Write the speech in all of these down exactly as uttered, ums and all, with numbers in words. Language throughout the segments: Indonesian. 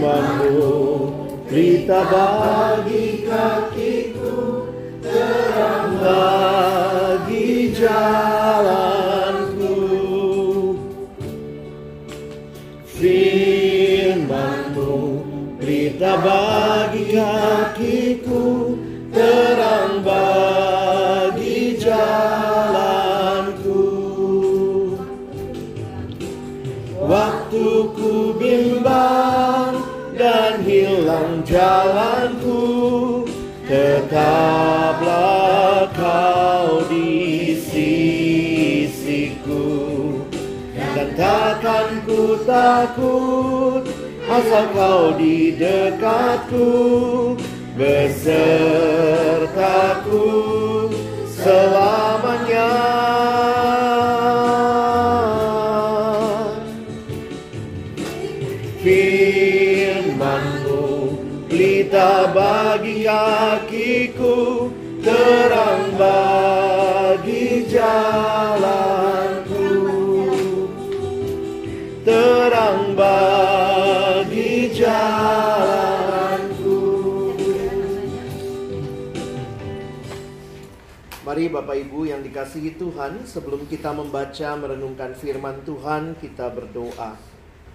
firman-Mu, berita bagi kakiku, terang bagi jalanku. Firman-Mu, berita bagi kakiku, terang bagi jalanku. Waktu ku bimbang dan hilang jalanku, tetaplah Kau di sisiku. Dan takkan ku takut, asal Kau di dekatku, besertaku selamanya. Firman-Mu, pelita bagi kakiku, terang bagi jalanku, terang bagi jalanku. Mari Bapak Ibu yang dikasihi Tuhan, sebelum kita membaca merenungkan firman Tuhan, kita berdoa.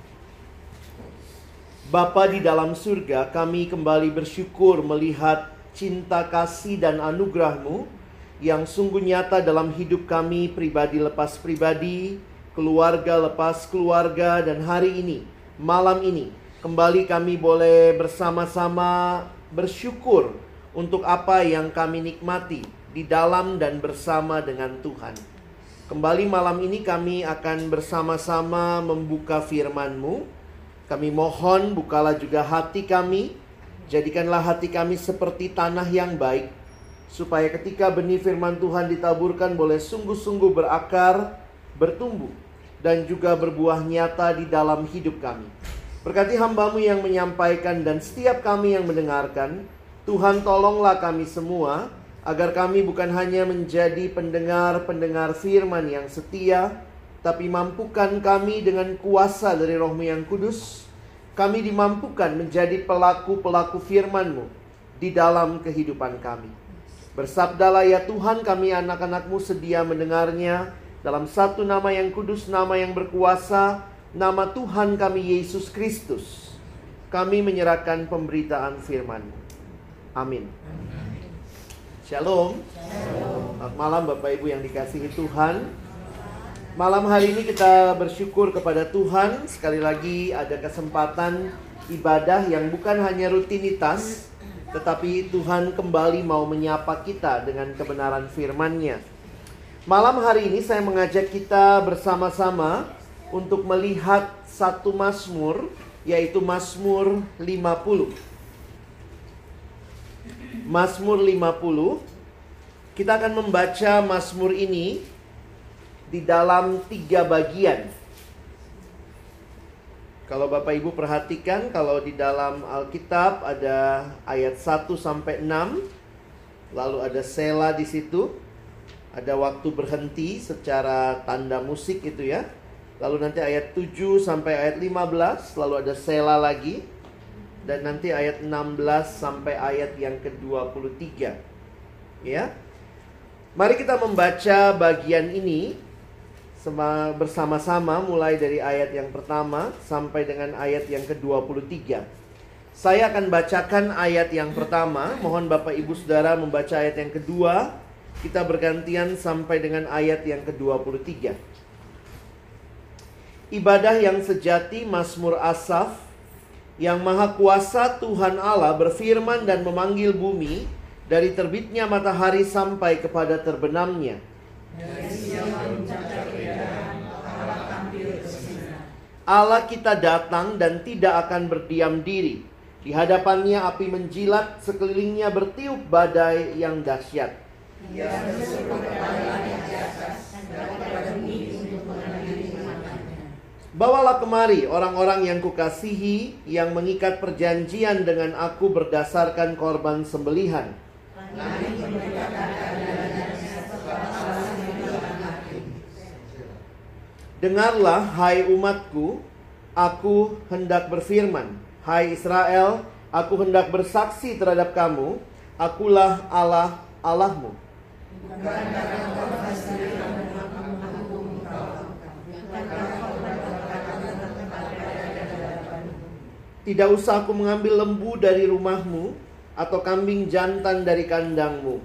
Bapa di dalam surga, kami kembali bersyukur melihat cinta kasih dan anugerah-Mu yang sungguh nyata dalam hidup kami, pribadi lepas pribadi, keluarga lepas keluarga. Dan hari ini, malam ini, kembali kami boleh bersama-sama bersyukur untuk apa yang kami nikmati di dalam dan bersama dengan Tuhan. Kembali malam ini kami akan bersama-sama membuka firman-Mu. Kami mohon bukalah juga hati kami, jadikanlah hati kami seperti tanah yang baik, supaya ketika benih firman Tuhan ditaburkan boleh sungguh-sungguh berakar, bertumbuh, dan juga berbuah nyata di dalam hidup kami. Berkati hamba-Mu yang menyampaikan dan setiap kami yang mendengarkan. Tuhan, tolonglah kami semua, agar kami bukan hanya menjadi pendengar-pendengar firman yang setia, tapi mampukan kami dengan kuasa dari Roh-Mu yang kudus, kami dimampukan menjadi pelaku-pelaku firman-Mu di dalam kehidupan kami. Bersabdalah ya Tuhan, kami anak-anak-Mu sedia mendengarnya, dalam satu nama yang kudus, nama yang berkuasa, nama Tuhan kami Yesus Kristus. Kami menyerahkan pemberitaan firman-Mu. Amin. Shalom. Selamat malam Bapak Ibu yang dikasihi Tuhan. Malam hari ini kita bersyukur kepada Tuhan. Sekali lagi ada kesempatan ibadah yang bukan hanya rutinitas, tetapi Tuhan kembali mau menyapa kita dengan kebenaran firman-Nya. Malam hari ini saya mengajak kita bersama-sama untuk melihat satu Mazmur, yaitu Mazmur lima puluh. Mazmur lima puluh. Kita akan membaca Mazmur ini di dalam tiga bagian. Kalau Bapak Ibu perhatikan, kalau di dalam Alkitab ada ayat satu sampai enam, lalu ada sela di situ, ada waktu berhenti secara tanda musik itu ya. Lalu nanti ayat tujuh sampai ayat lima belas, lalu ada sela lagi, dan nanti ayat enam belas sampai ayat yang ke dua puluh tiga. Ya. Mari kita membaca bagian ini bersama-sama mulai dari ayat yang pertama sampai dengan ayat yang ke dua puluh tiga. Saya akan bacakan ayat yang pertama. Mohon Bapak Ibu Saudara membaca ayat yang kedua. Kita bergantian sampai dengan ayat yang ke dua puluh tiga. Ibadah yang sejati, Mazmur Asaf. Yang Maha Kuasa Tuhan Allah berfirman dan memanggil bumi, dari terbitnya matahari sampai kepada terbenamnya. Allah kita datang dan tidak akan berdiam diri. Di hadapannya api menjilat, sekelilingnya bertiup badai yang dahsyat. Bawalah kemari orang-orang yang kukasihi, yang mengikat perjanjian dengan aku berdasarkan korban sembelihan. Dengarlah, hai umatku, aku hendak berfirman. Hai Israel, aku hendak bersaksi terhadap kamu, akulah Allah Allahmu. Tidak usah aku mengambil lembu dari rumahmu, atau kambing jantan dari kandangmu.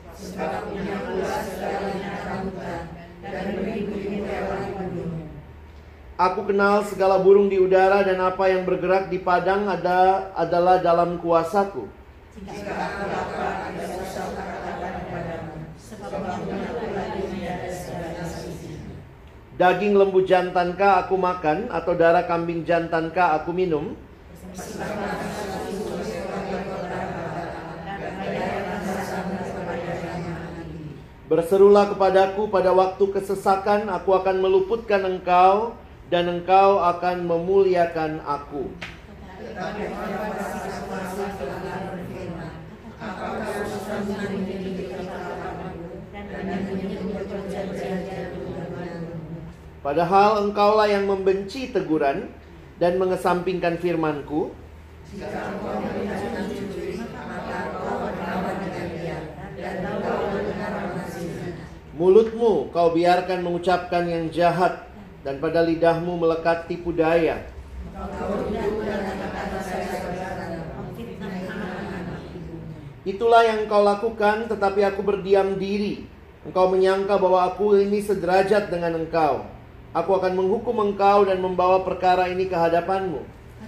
Aku kenal segala burung di udara, dan apa yang bergerak di padang ada adalah dalam kuasaku. Daging lembu jantankah aku makan, atau darah kambing jantankah aku minum? Berserulah kepadaku pada waktu kesesakan, aku akan meluputkan engkau, dan engkau akan memuliakan aku. Padahal engkaulah yang membenci teguran dan mengesampingkan firman-Ku. Mulutmu kau biarkan mengucapkan yang jahat, dan pada lidahmu melekat tipu daya. Itulah yang kau lakukan, tetapi aku berdiam diri. Engkau menyangka bahwa aku ini sederajat dengan engkau. Aku akan menghukum engkau dan membawa perkara ini ke hadapanmu.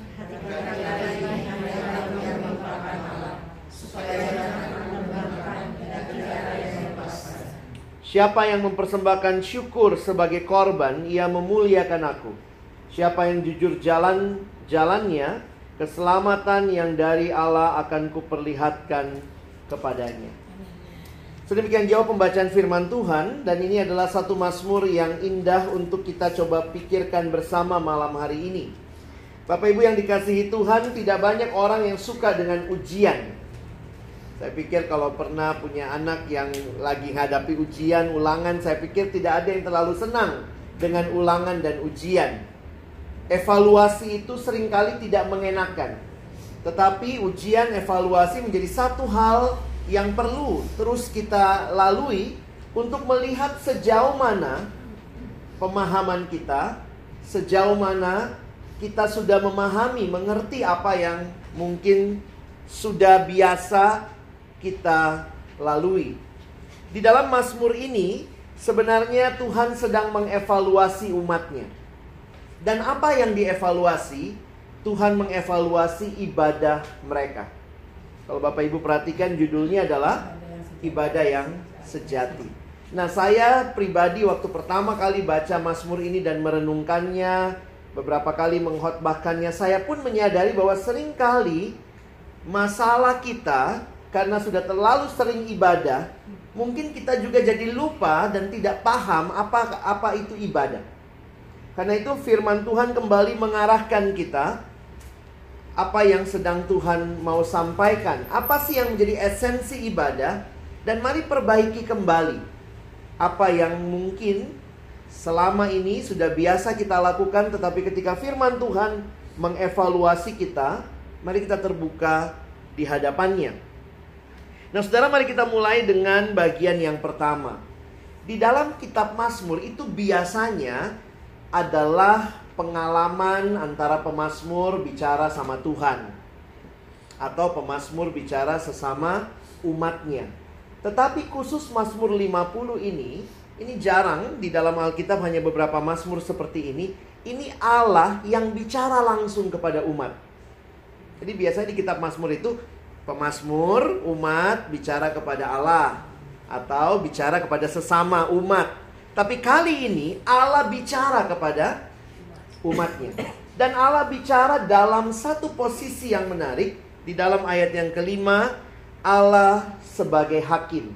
Siapa yang mempersembahkan syukur sebagai korban, ia memuliakan aku. Siapa yang jujur jalan jalannya, keselamatan yang dari Allah akan kuperlihatkan kepadanya. Sedemikian jauh pembacaan firman Tuhan, dan ini adalah satu mazmur yang indah untuk kita coba pikirkan bersama malam hari ini. Bapak Ibu yang dikasihi Tuhan, tidak banyak orang yang suka dengan ujian. Saya pikir kalau pernah punya anak yang lagi hadapi ujian, ulangan, saya pikir tidak ada yang terlalu senang dengan ulangan dan ujian. Evaluasi itu seringkali tidak mengenakan. Tetapi ujian, evaluasi menjadi satu hal yang perlu terus kita lalui untuk melihat sejauh mana pemahaman kita, sejauh mana kita sudah memahami, mengerti apa yang mungkin sudah biasa kita lalui. Di dalam Mazmur ini sebenarnya Tuhan sedang mengevaluasi umatnya. Dan apa yang dievaluasi? Tuhan mengevaluasi ibadah mereka. Kalau Bapak Ibu perhatikan, judulnya adalah ibadah yang sejati. Nah, saya pribadi waktu pertama kali baca Mazmur ini dan merenungkannya, beberapa kali mengkhotbahkannya, saya pun menyadari bahwa seringkali masalah kita karena sudah terlalu sering ibadah, mungkin kita juga jadi lupa dan tidak paham apa apa itu ibadah. Karena itu firman Tuhan kembali mengarahkan kita, apa yang sedang Tuhan mau sampaikan, apa sih yang menjadi esensi ibadah, dan mari perbaiki kembali apa yang mungkin selama ini sudah biasa kita lakukan, tetapi ketika firman Tuhan mengevaluasi kita, mari kita terbuka di hadapannya. Nah, saudara, mari kita mulai dengan bagian yang pertama. Di dalam kitab Mazmur itu biasanya adalah pengalaman antara pemazmur bicara sama Tuhan, atau pemazmur bicara sesama umatnya. Tetapi khusus Mazmur lima puluh ini, ini jarang di dalam Alkitab, hanya beberapa Mazmur seperti ini. Ini Allah yang bicara langsung kepada umat. Jadi biasanya di kitab Mazmur itu pemazmur, umat bicara kepada Allah, atau bicara kepada sesama umat. Tapi kali ini Allah bicara kepada umatnya. Dan Allah bicara dalam satu posisi yang menarik. Di dalam ayat yang kelima, Allah sebagai hakim.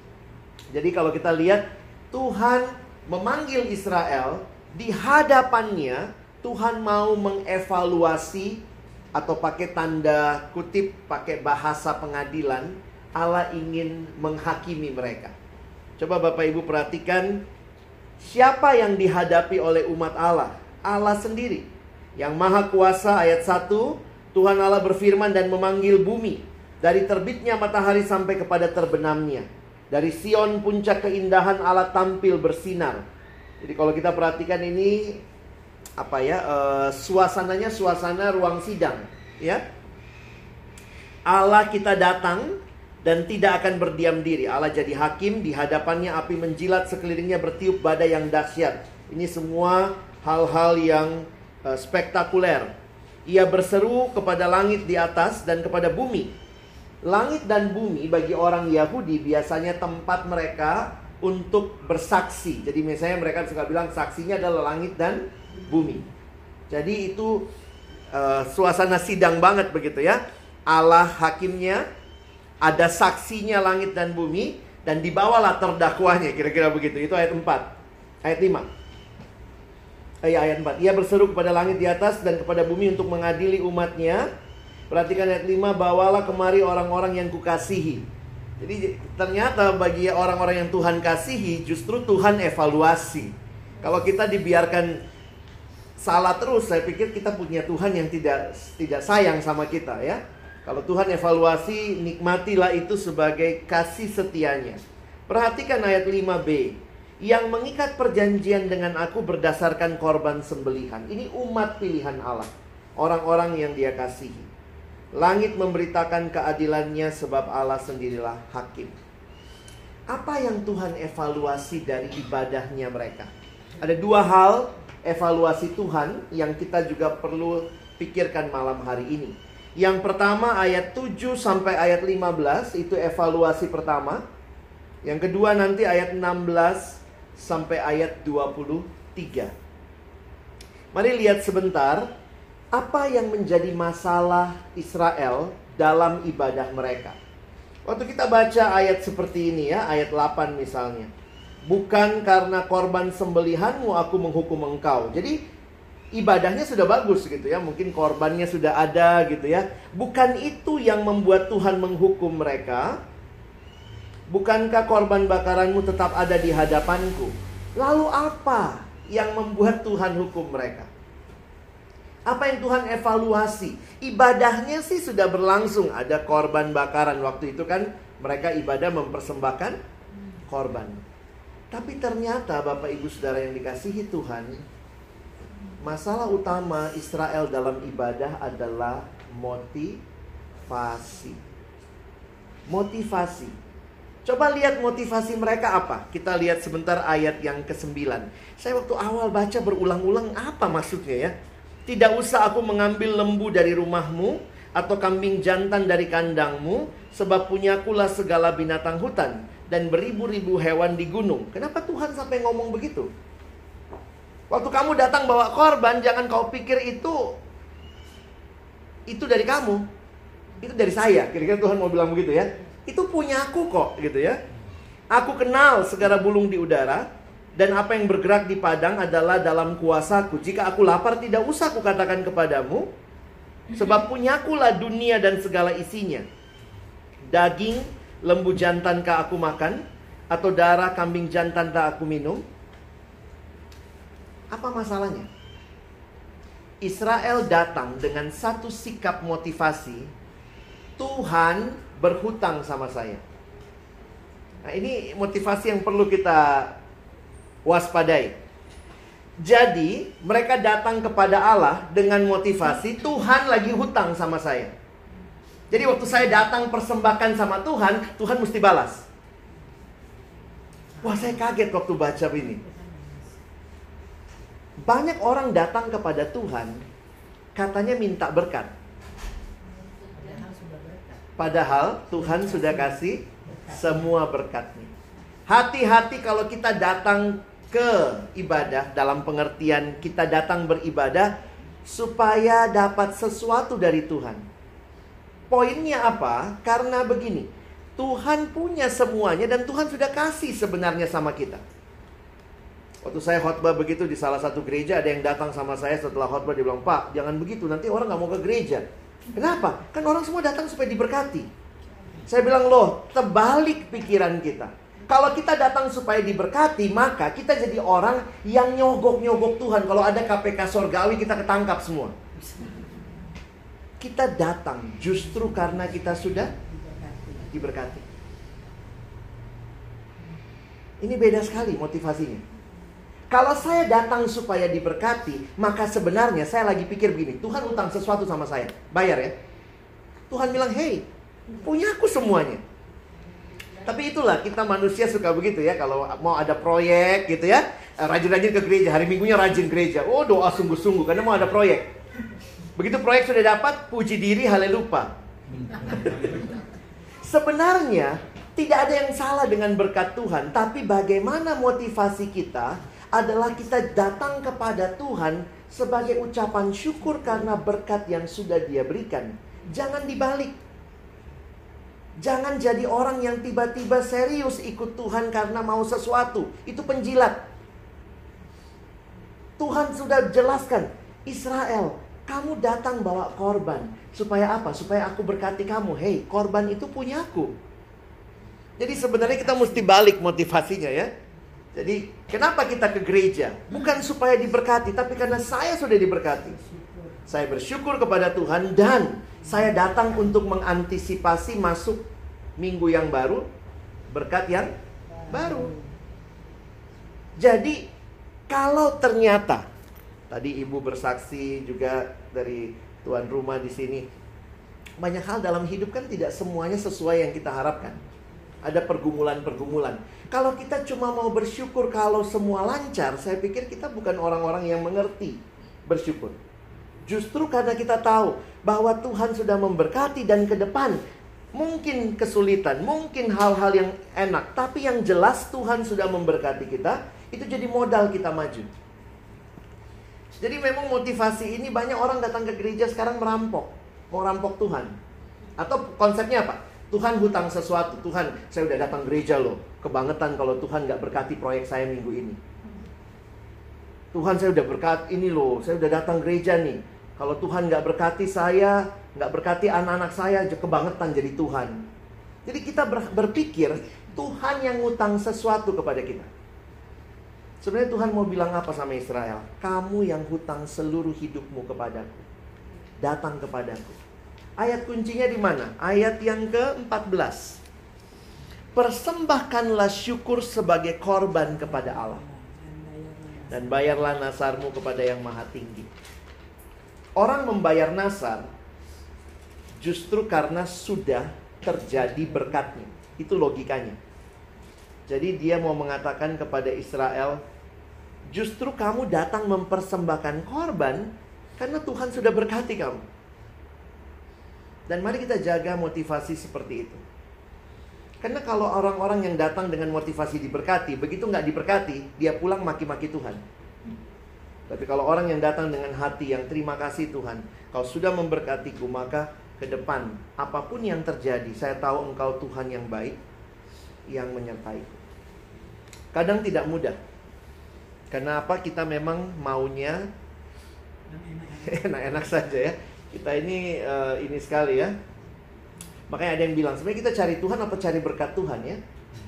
Jadi kalau kita lihat, Tuhan memanggil Israel, di hadapannya Tuhan mau mengevaluasi, atau pakai tanda kutip, pakai bahasa pengadilan, Allah ingin menghakimi mereka. Coba Bapak Ibu perhatikan, siapa yang dihadapi oleh umat Allah? Allah sendiri, yang maha kuasa. Ayat satu, Tuhan Allah berfirman dan memanggil bumi, dari terbitnya matahari sampai kepada terbenamnya. Dari Sion puncak keindahan Allah tampil bersinar. Jadi kalau kita perhatikan ini apa ya, uh, suasananya suasana ruang sidang, ya. Allah kita datang dan tidak akan berdiam diri. Allah jadi hakim, di hadapannya api menjilat, sekelilingnya bertiup badai yang dahsyat. Ini semua hal-hal yang uh, spektakuler. Ia berseru kepada langit di atas dan kepada bumi. Langit dan bumi bagi orang Yahudi biasanya tempat mereka untuk bersaksi. Jadi misalnya mereka suka bilang saksinya adalah langit dan bumi. Jadi itu uh, suasana sidang banget begitu ya. Allah hakimnya, ada saksinya langit dan bumi, dan dibawalah terdakwanya, kira-kira begitu. Itu ayat empat. Ayat lima. Eh, ayat empat. Ia berseru kepada langit di atas dan kepada bumi untuk mengadili umatnya. Perhatikan ayat lima, bawalah kemari orang-orang yang kukasihi. Jadi ternyata bagi orang-orang yang Tuhan kasihi, justru Tuhan evaluasi. Kalau kita dibiarkan salah terus, saya pikir kita punya Tuhan yang tidak tidak sayang sama kita ya. Kalau Tuhan evaluasi, nikmatilah itu sebagai kasih setianya. Perhatikan ayat lima b. Yang mengikat perjanjian dengan aku berdasarkan korban sembelihan. Ini umat pilihan Allah, orang-orang yang Dia kasihi. Langit memberitakan keadilannya sebab Allah sendirilah hakim. Apa yang Tuhan evaluasi dari ibadahnya mereka? Ada dua hal evaluasi Tuhan yang kita juga perlu pikirkan malam hari ini. Yang pertama ayat tujuh sampai ayat lima belas, itu evaluasi pertama. Yang kedua nanti ayat enam belas sampai ayat dua puluh tiga. Mari lihat sebentar apa yang menjadi masalah Israel dalam ibadah mereka. Waktu kita baca ayat seperti ini ya, ayat delapan misalnya. Bukan karena korban sembelihanmu aku menghukum engkau. Jadi ibadahnya sudah bagus gitu ya, mungkin korbannya sudah ada gitu ya. Bukan itu yang membuat Tuhan menghukum mereka. Bukankah korban bakaranmu tetap ada di hadapanku? Lalu apa yang membuat Tuhan hukum mereka? Apa yang Tuhan evaluasi? Ibadahnya sih sudah berlangsung, ada korban bakaran. Waktu itu kan mereka ibadah mempersembahkan korban. Tapi ternyata Bapak Ibu Saudara yang dikasihi Tuhan, masalah utama Israel dalam ibadah adalah motivasi. Motivasi. Coba lihat motivasi mereka apa. Kita lihat sebentar ayat yang kesembilan. Saya waktu awal baca berulang-ulang, apa maksudnya ya? Tidak usah aku mengambil lembu dari rumahmu, atau kambing jantan dari kandangmu, sebab punyakulah segala binatang hutan, dan beribu-ribu hewan di gunung. Kenapa Tuhan sampai ngomong begitu? Waktu kamu datang bawa korban, jangan kau pikir itu itu dari kamu, itu dari saya. Kira-kira Tuhan mau bilang begitu ya. Itu punyaku kok gitu ya. Aku kenal segala bulung di udara, dan apa yang bergerak di padang adalah dalam kuasaku. Jika aku lapar, tidak usah kukatakan kepadamu, sebab punyakulah dunia dan segala isinya. Daging lembu jantan kah aku makan, atau darah kambing jantan tak aku minum? Apa masalahnya? Israel datang dengan satu sikap motivasi, Tuhan berhutang sama saya. Nah, ini motivasi yang perlu kita waspadai. Jadi mereka datang kepada Allah dengan motivasi, Tuhan lagi hutang sama saya. Jadi waktu saya datang persembahkan sama Tuhan, Tuhan mesti balas. Wah, saya kaget waktu baca ini. Banyak orang datang kepada Tuhan, katanya minta berkat, padahal Tuhan sudah kasih semua berkatnya. Hati-hati kalau kita datang ke ibadah, dalam pengertian kita datang beribadah supaya dapat sesuatu dari Tuhan. Poinnya apa? Karena begini, Tuhan punya semuanya dan Tuhan sudah kasih sebenarnya sama kita. Waktu saya khotbah begitu di salah satu gereja, ada yang datang sama saya setelah khotbah, dia bilang, "Pak, jangan begitu, nanti orang gak mau ke gereja." Kenapa? Kan orang semua datang supaya diberkati. Saya bilang, loh, terbalik pikiran kita. Kalau kita datang supaya diberkati, maka kita jadi orang yang nyogok-nyogok Tuhan. Kalau ada K P K sorgawi, kita ketangkap semua. Kita datang justru karena kita sudah diberkati. Ini beda sekali motivasinya. Kalau saya datang supaya diberkati, maka sebenarnya saya lagi pikir begini, Tuhan utang sesuatu sama saya, bayar ya. Tuhan bilang, hey, punya aku semuanya. Tapi itulah, kita manusia suka begitu ya. Kalau mau ada proyek gitu ya, rajin-rajin ke gereja, hari minggunya rajin gereja. Oh, doa sungguh-sungguh karena mau ada proyek. Begitu proyek sudah dapat, puji diri, haleluya. Sebenarnya tidak ada yang salah dengan berkat Tuhan, tapi bagaimana motivasi kita adalah kita datang kepada Tuhan sebagai ucapan syukur karena berkat yang sudah Dia berikan. Jangan dibalik. Jangan jadi orang yang tiba-tiba serius ikut Tuhan karena mau sesuatu. Itu penjilat. Tuhan sudah jelaskan, Israel, kamu datang bawa korban. Supaya apa? Supaya aku berkati kamu. Hei, korban itu punyaku. Jadi sebenarnya kita mesti balik motivasinya ya. Jadi kenapa kita ke gereja? Bukan supaya diberkati, tapi karena saya sudah diberkati. Saya bersyukur kepada Tuhan dan saya datang untuk mengantisipasi masuk minggu yang baru, berkat yang baru. Jadi kalau ternyata tadi ibu bersaksi juga dari tuan rumah di sini, banyak hal dalam hidup kan tidak semuanya sesuai yang kita harapkan. Ada pergumulan-pergumulan. Kalau kita cuma mau bersyukur kalau semua lancar, saya pikir kita bukan orang-orang yang mengerti bersyukur. Justru karena kita tahu bahwa Tuhan sudah memberkati dan ke depan mungkin kesulitan, mungkin hal-hal yang enak, tapi yang jelas Tuhan sudah memberkati kita, itu jadi modal kita maju. Jadi memang motivasi ini banyak orang datang ke gereja sekarang merampok, mau rampok Tuhan. Atau konsepnya apa? Tuhan hutang sesuatu. Tuhan, saya udah datang gereja loh. Kebangetan kalau Tuhan gak berkati proyek saya minggu ini. Tuhan, saya udah berkat ini loh. Saya udah datang gereja nih. Kalau Tuhan gak berkati saya, gak berkati anak-anak saya, kebangetan jadi Tuhan. Jadi kita ber berpikir Tuhan yang ngutang sesuatu kepada kita. Sebenarnya Tuhan mau bilang apa sama Israel? Kamu yang hutang seluruh hidupmu kepadaku. Datang kepadaku. Ayat kuncinya di mana? Ayat yang ke empat belas. Persembahkanlah syukur sebagai korban kepada Allah. Dan bayarlah nasarmu kepada yang maha tinggi. Orang membayar nasar justru karena sudah terjadi berkatnya. Itu logikanya. Jadi dia mau mengatakan kepada Israel, justru kamu datang mempersembahkan korban karena Tuhan sudah berkati kamu. Dan mari kita jaga motivasi seperti itu. Karena kalau orang-orang yang datang dengan motivasi diberkati, begitu nggak diberkati, dia pulang maki-maki Tuhan. Tapi kalau orang yang datang dengan hati yang terima kasih Tuhan, kau sudah memberkatiku, maka ke depan apapun yang terjadi, saya tahu engkau Tuhan yang baik, yang menyertaiku. Kadang tidak mudah. Kenapa kita memang maunya enak-enak saja ya. Kita ini uh, ini sekali ya. Makanya ada yang bilang, sebenarnya kita cari Tuhan apa cari berkat Tuhan ya?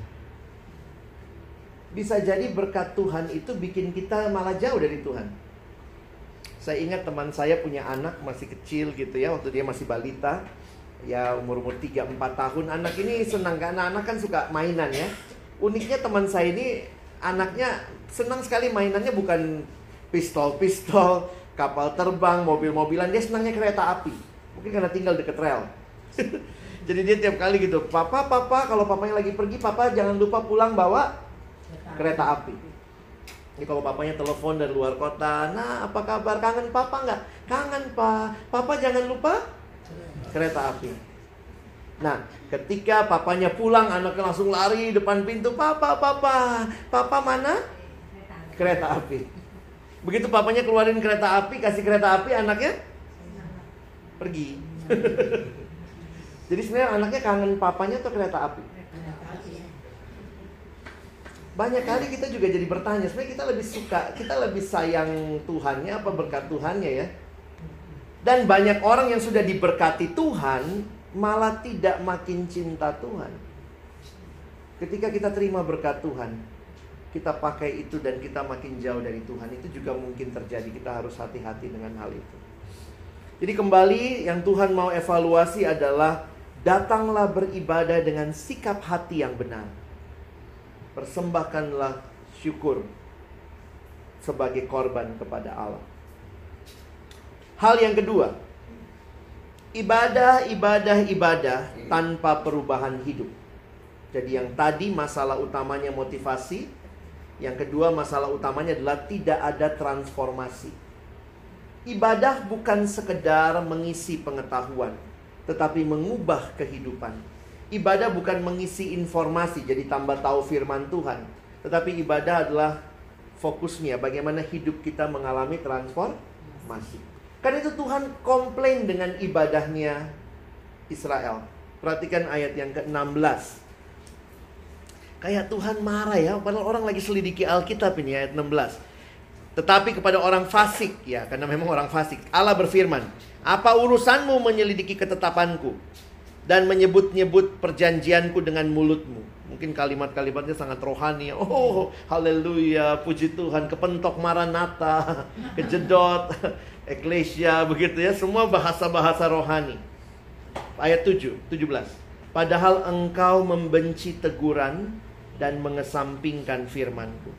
Bisa jadi berkat Tuhan itu bikin kita malah jauh dari Tuhan. Saya ingat teman saya punya anak masih kecil gitu ya, waktu dia masih balita. Ya umur-umur tiga empat tahun. Anak ini senang, karena anak kan suka mainan ya. Uniknya teman saya ini, anaknya senang sekali mainannya bukan pistol-pistol, kapal terbang, mobil-mobilan. Dia senangnya kereta api. Mungkin karena tinggal deket rel. Jadi dia tiap kali gitu, Papa, Papa, kalau papanya lagi pergi, Papa jangan lupa pulang bawa kereta api. Ini kalau papanya telepon dari luar kota, nah apa kabar, kangen Papa nggak? Kangen Pak, Papa jangan lupa kereta api. Nah ketika papanya pulang, anaknya langsung lari depan pintu, Papa, Papa, Papa mana? Kereta api. Begitu papanya keluarin kereta api, kasih kereta api, anaknya pergi. Jadi sebenarnya anaknya kangen papanya atau kereta api? Banyak kali kita juga jadi bertanya, sebenarnya kita lebih suka, kita lebih sayang Tuhannya apa berkat Tuhannya ya? Dan banyak orang yang sudah diberkati Tuhan malah tidak makin cinta Tuhan. Ketika kita terima berkat Tuhan, kita pakai itu dan kita makin jauh dari Tuhan, itu juga mungkin terjadi. Kita harus hati-hati dengan hal itu. Jadi kembali yang Tuhan mau evaluasi adalah datanglah beribadah dengan sikap hati yang benar. Persembahkanlah syukur sebagai korban kepada Allah. Hal yang kedua, ibadah, ibadah, ibadah tanpa perubahan hidup. Jadi yang tadi masalah utamanya motivasi, yang kedua masalah utamanya adalah tidak ada transformasi. Ibadah bukan sekedar mengisi pengetahuan, tetapi mengubah kehidupan. Ibadah bukan mengisi informasi, jadi tambah tahu firman Tuhan. Tetapi ibadah adalah fokusnya bagaimana hidup kita mengalami transformasi. Karena itu Tuhan komplain dengan ibadahnya Israel. Perhatikan ayat yang ke enam belas. Kayak Tuhan marah ya, padahal orang lagi selidiki Alkitab ini ayat enam belas. Tetapi kepada orang fasik, ya karena memang orang fasik, Allah berfirman, apa urusanmu menyelidiki ketetapanku dan menyebut-nyebut perjanjianku dengan mulutmu? Mungkin kalimat-kalimatnya sangat rohani. Oh, haleluya, puji Tuhan, kepentok maranatha, kejedot, eklesia, begitu ya. Semua bahasa-bahasa rohani. Ayat tujuh, tujuh belas. Padahal engkau membenci teguran dan mengesampingkan firmanku.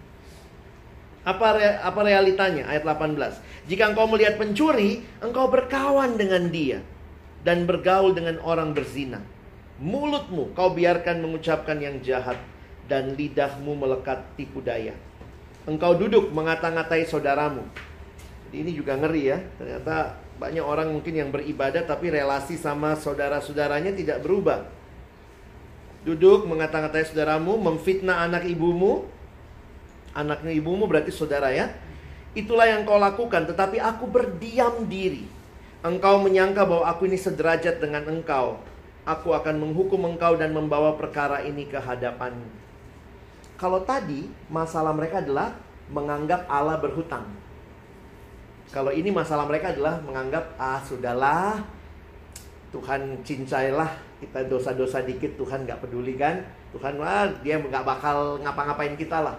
Apa re, apa realitanya? Ayat delapan belas. Jika engkau melihat pencuri, engkau berkawan dengan dia dan bergaul dengan orang berzina. Mulutmu kau biarkan mengucapkan yang jahat dan lidahmu melekat tipu daya. Engkau duduk mengata-ngatai saudaramu. Ini juga ngeri ya. Ternyata banyak orang mungkin yang beribadah tapi relasi sama saudara-saudaranya tidak berubah. Duduk mengata-ngatai saudaramu, memfitnah anak ibumu. Anaknya ibumu berarti saudara ya. Itulah yang kau lakukan, tetapi aku berdiam diri. Engkau menyangka bahwa aku ini sederajat dengan engkau. Aku akan menghukum engkau dan membawa perkara ini ke hadapanmu. Kalau tadi masalah mereka adalah menganggap Allah berhutang. Kalau ini masalah mereka adalah menganggap, ah sudahlah, Tuhan cincailah, kita dosa-dosa dikit Tuhan gak peduli kan. Tuhan lah, dia gak bakal ngapa-ngapain kita lah.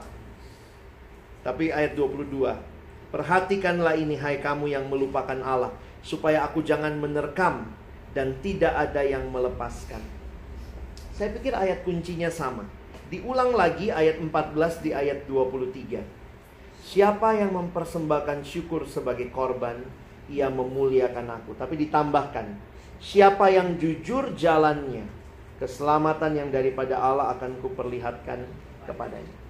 Tapi ayat dua puluh dua, perhatikanlah ini hai kamu yang melupakan Allah, supaya aku jangan menerkam dan tidak ada yang melepaskan. Saya pikir ayat kuncinya sama. Diulang lagi ayat empat belas di ayat dua puluh tiga. Siapa yang mempersembahkan syukur sebagai korban, ia memuliakan aku. Tapi ditambahkan, siapa yang jujur jalannya, keselamatan yang daripada Allah akan kuperlihatkan kepadanya.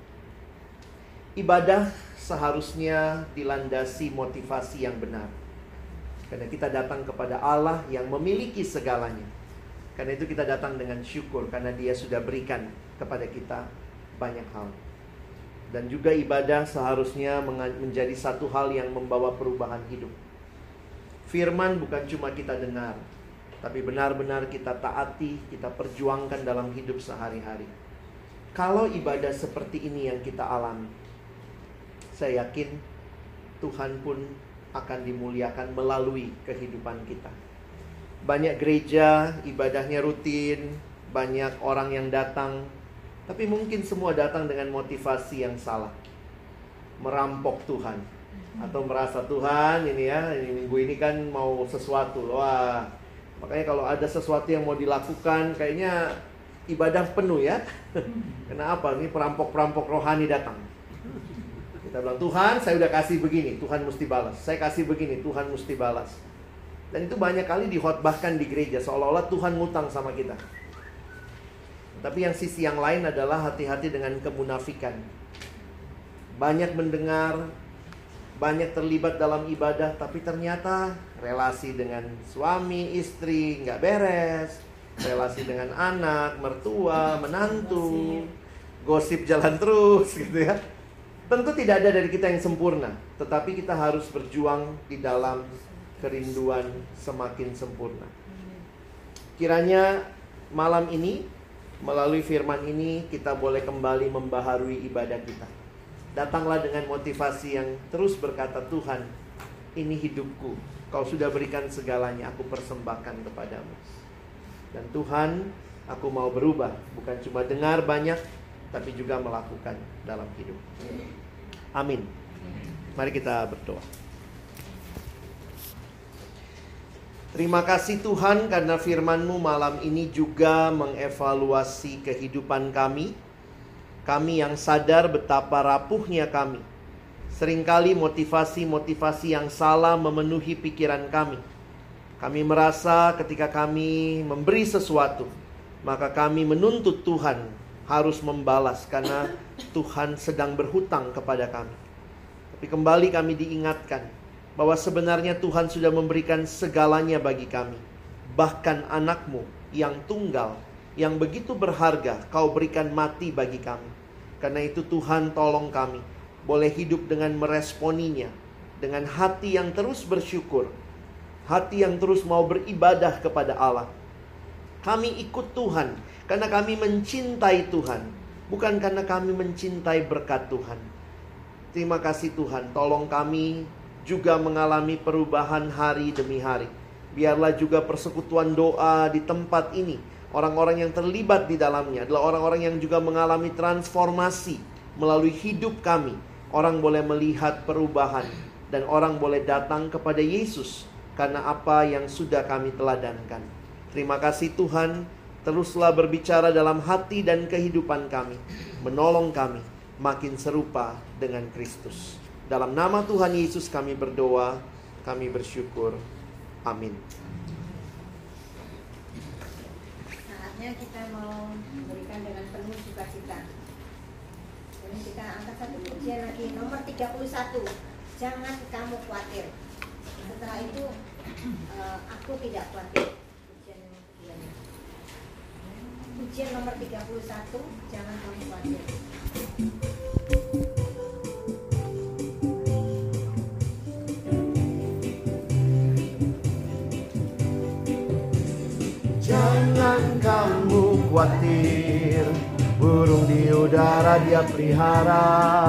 Ibadah seharusnya dilandasi motivasi yang benar. Karena kita datang kepada Allah yang memiliki segalanya. Karena itu kita datang dengan syukur, karena Dia sudah berikan kepada kita banyak hal. Dan juga ibadah seharusnya menjadi satu hal yang membawa perubahan hidup. Firman bukan cuma kita dengar, tapi benar-benar kita taati, kita perjuangkan dalam hidup sehari-hari. Kalau ibadah seperti ini yang kita alami, saya yakin Tuhan pun akan dimuliakan melalui kehidupan kita. Banyak gereja, ibadahnya rutin, banyak orang yang datang, tapi mungkin semua datang dengan motivasi yang salah. Merampok Tuhan. Atau merasa Tuhan ini ya, ini minggu ini kan mau sesuatu. Wah, makanya kalau ada sesuatu yang mau dilakukan, kayaknya ibadah penuh ya. Kenapa? Ini perampok-perampok rohani datang. Kita bilang, Tuhan saya udah kasih begini, Tuhan mesti balas. Saya kasih begini, Tuhan mesti balas. Dan itu banyak kali dihotbahkan di gereja, seolah-olah Tuhan ngutang sama kita. Tapi yang sisi yang lain adalah hati-hati dengan kemunafikan. Banyak mendengar, banyak terlibat dalam ibadah, tapi ternyata relasi dengan suami, istri nggak beres. Relasi dengan anak, mertua, menantu, gosip jalan terus gitu ya. Tentu tidak ada dari kita yang sempurna, tetapi kita harus berjuang di dalam kerinduan semakin sempurna. Kiranya malam ini, melalui firman ini, kita boleh kembali membaharui ibadah kita. Datanglah dengan motivasi yang terus berkata, Tuhan, ini hidupku, Kau sudah berikan segalanya, aku persembahkan kepadamu. Dan Tuhan, aku mau berubah, bukan cuma dengar banyak, tapi juga melakukan dalam hidup. Amin. Mari kita berdoa. Terima kasih Tuhan karena firman-Mu malam ini juga mengevaluasi kehidupan kami. Kami yang sadar betapa rapuhnya kami. Seringkali motivasi-motivasi yang salah memenuhi pikiran kami. Kami merasa ketika kami memberi sesuatu, maka kami menuntut Tuhan harus membalas karena Tuhan sedang berhutang kepada kami. Tapi kembali kami diingatkan bahwa sebenarnya Tuhan sudah memberikan segalanya bagi kami. Bahkan anak-Mu yang tunggal, yang begitu berharga, Kau berikan mati bagi kami. Karena itu Tuhan tolong kami boleh hidup dengan meresponinya, dengan hati yang terus bersyukur, hati yang terus mau beribadah kepada Allah. Kami ikut Tuhan karena kami mencintai Tuhan, bukan karena kami mencintai berkat Tuhan. Terima kasih Tuhan, tolong kami juga mengalami perubahan hari demi hari. Biarlah juga persekutuan doa di tempat ini, orang-orang yang terlibat di dalamnya adalah orang-orang yang juga mengalami transformasi melalui hidup kami. Orang boleh melihat perubahan dan orang boleh datang kepada Yesus karena apa yang sudah kami teladankan. Terima kasih Tuhan, teruslah berbicara dalam hati dan kehidupan kami, menolong kami makin serupa dengan Kristus. Dalam nama Tuhan Yesus kami berdoa, kami bersyukur. Amin. Saatnya kita mau memberikan dengan penuh sukacita. Jadi kita angkat satu pujian lagi, nomor tiga puluh satu. Jangan kamu khawatir. Setelah itu, uh, aku tidak khawatir. Pujian yang kedua. Pujian nomor tiga puluh satu, jangan kamu khawatir. Jangan kamu khawatir, burung di udara Dia pelihara.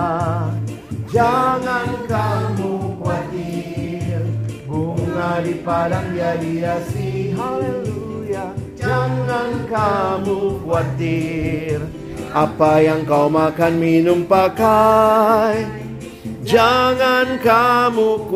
Jangan kamu khawatir, bunga di padang Dia hiasi. Haleluya. Jangan kamu khawatir, apa yang kau makan, minum, pakai. Jangan kamu khawatir.